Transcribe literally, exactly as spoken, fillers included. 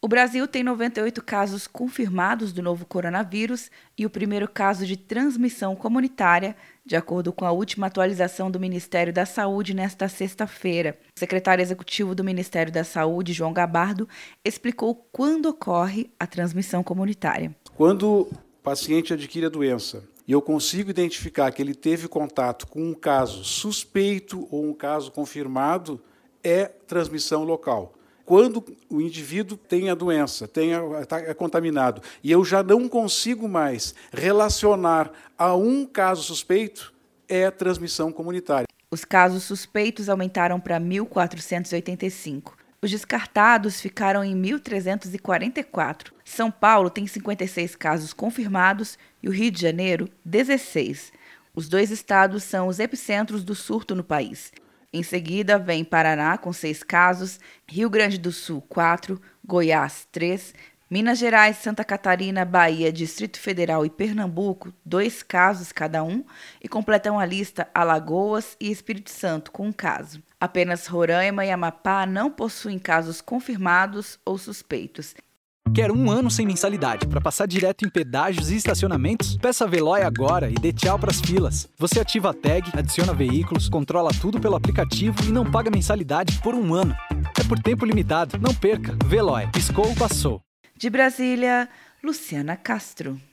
O Brasil tem noventa e oito casos confirmados do novo coronavírus e o primeiro caso de transmissão comunitária, de acordo com a última atualização do Ministério da Saúde nesta sexta-feira. O secretário executivo do Ministério da Saúde, João Gabardo, explicou quando ocorre a transmissão comunitária. Quando o paciente adquire a doença e eu consigo identificar que ele teve contato com um caso suspeito ou um caso confirmado, é transmissão local. Quando o indivíduo tem a doença, tem a, tá, é contaminado, e eu já não consigo mais relacionar a um caso suspeito, é transmissão comunitária. Os casos suspeitos aumentaram para mil quatrocentos e oitenta e cinco. Os descartados ficaram em mil trezentos e quarenta e quatro. São Paulo tem cinquenta e seis casos confirmados e o Rio de Janeiro, dezesseis. Os dois estados são os epicentros do surto no país. Em seguida, vem Paraná, com seis casos, Rio Grande do Sul, quatro, Goiás, três, Minas Gerais, Santa Catarina, Bahia, Distrito Federal e Pernambuco, dois casos cada um, e completam a lista Alagoas e Espírito Santo, com um caso. Apenas Roraima e Amapá não possuem casos confirmados ou suspeitos. Quer um ano sem mensalidade para passar direto em pedágios e estacionamentos? Peça a Veloy agora e dê tchau pras filas. Você ativa a tag, adiciona veículos, controla tudo pelo aplicativo e não paga mensalidade por um ano. É por tempo limitado. Não perca. Veloy. Piscou, passou. De Brasília, Luciana Castro.